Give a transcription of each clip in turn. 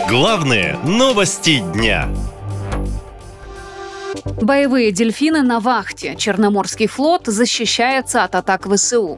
Главные новости дня. Боевые дельфины на вахте. Черноморский флот защищается от атак ВСУ.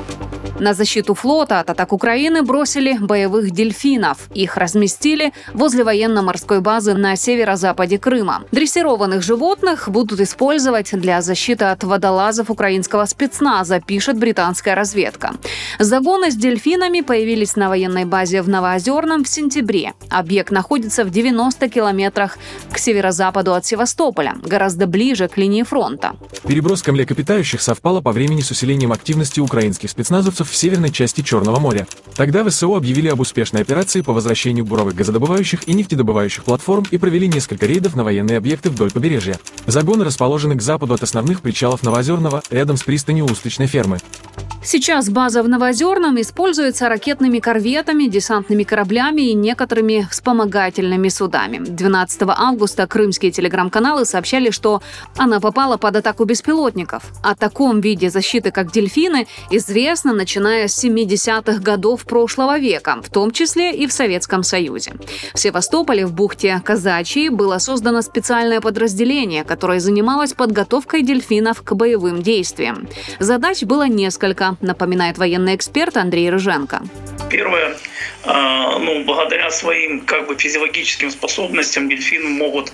На защиту флота от атак Украины бросили боевых дельфинов. Их разместили возле военно-морской базы на северо-западе Крыма. Дрессированных животных будут использовать для защиты от водолазов украинского спецназа, пишет британская разведка. Загоны с дельфинами появились на военной базе в Новоозерном в сентябре. Объект находится в 90 километрах к северо-западу от Севастополя, гораздо ближе к линии фронта. Переброска млекопитающих совпала по времени с усилением активности украинских спецназовцев в северной части Черного моря. Тогда ВСУ объявили об успешной операции по возвращению буровых газодобывающих и нефтедобывающих платформ и провели несколько рейдов на военные объекты вдоль побережья. Загоны расположены к западу от основных причалов Новоозерного, рядом с пристанью Устричной фермы. Сейчас база в Новоозерном используется ракетными корветами, десантными кораблями и некоторыми вспомогательными судами. 12 августа крымские телеграм-каналы сообщали, что она попала под атаку беспилотников. О таком виде защиты, как дельфины, известно, начиная с 70-х годов прошлого века, в том числе и в Советском Союзе. В Севастополе, в бухте Казачьей, было создано специальное подразделение, которое занималось подготовкой дельфинов к боевым действиям. Задач было несколько, напоминает военный эксперт Андрей Рыженко. Первое, благодаря своим физиологическим способностям дельфины могут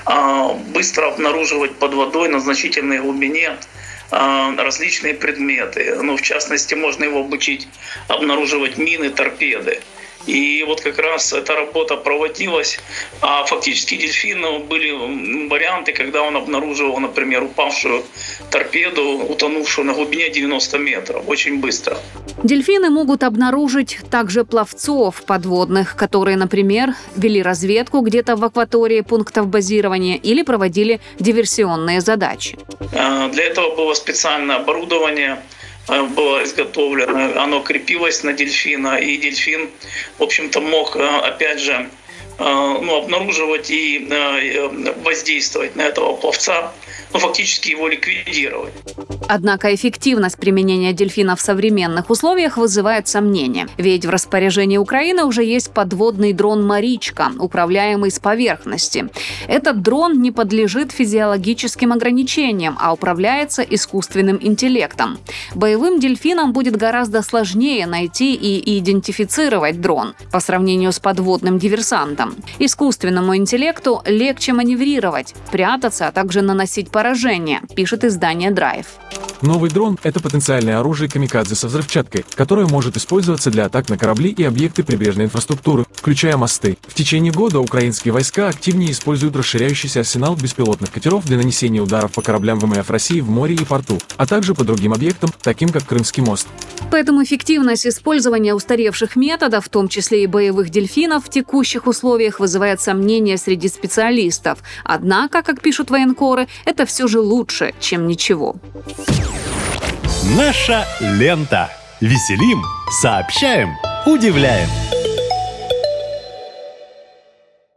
быстро обнаруживать под водой на значительной глубине различные предметы. В частности, можно его обучить обнаруживать мины, торпеды. И вот как раз эта работа проводилась, а фактически дельфину были варианты, когда он обнаруживал, например, упавшую торпеду, утонувшую на глубине 90 метров, очень быстро. Дельфины могут обнаружить также пловцов подводных, которые, например, вели разведку где-то в акватории пунктов базирования или проводили диверсионные задачи. Для этого было специальное оборудование, было изготовлено, оно крепилось на дельфина, и дельфин, в общем-то, мог, опять же, обнаруживать и воздействовать на этого пловца, фактически его ликвидировать. Однако эффективность применения дельфина в современных условиях вызывает сомнения. Ведь в распоряжении Украины уже есть подводный дрон «Маричка», управляемый с поверхности. Этот дрон не подлежит физиологическим ограничениям, а управляется искусственным интеллектом. Боевым дельфинам будет гораздо сложнее найти и идентифицировать дрон по сравнению с подводным диверсантом. Искусственному интеллекту легче маневрировать, прятаться, а также наносить поражение, пишет издание Драйв. Новый дрон – это потенциальное оружие камикадзе со взрывчаткой, которое может использоваться для атак на корабли и объекты прибрежной инфраструктуры, включая мосты. В течение года украинские войска активнее используют расширяющийся арсенал беспилотных катеров для нанесения ударов по кораблям ВМФ России в море и порту, а также по другим объектам, таким как Крымский мост. Поэтому эффективность использования устаревших методов, в том числе и боевых дельфинов, в текущих условиях вызывает сомнения среди специалистов. Однако, как пишут военкоры, это все же лучше, чем ничего. Наша лента. Веселим, сообщаем, удивляем.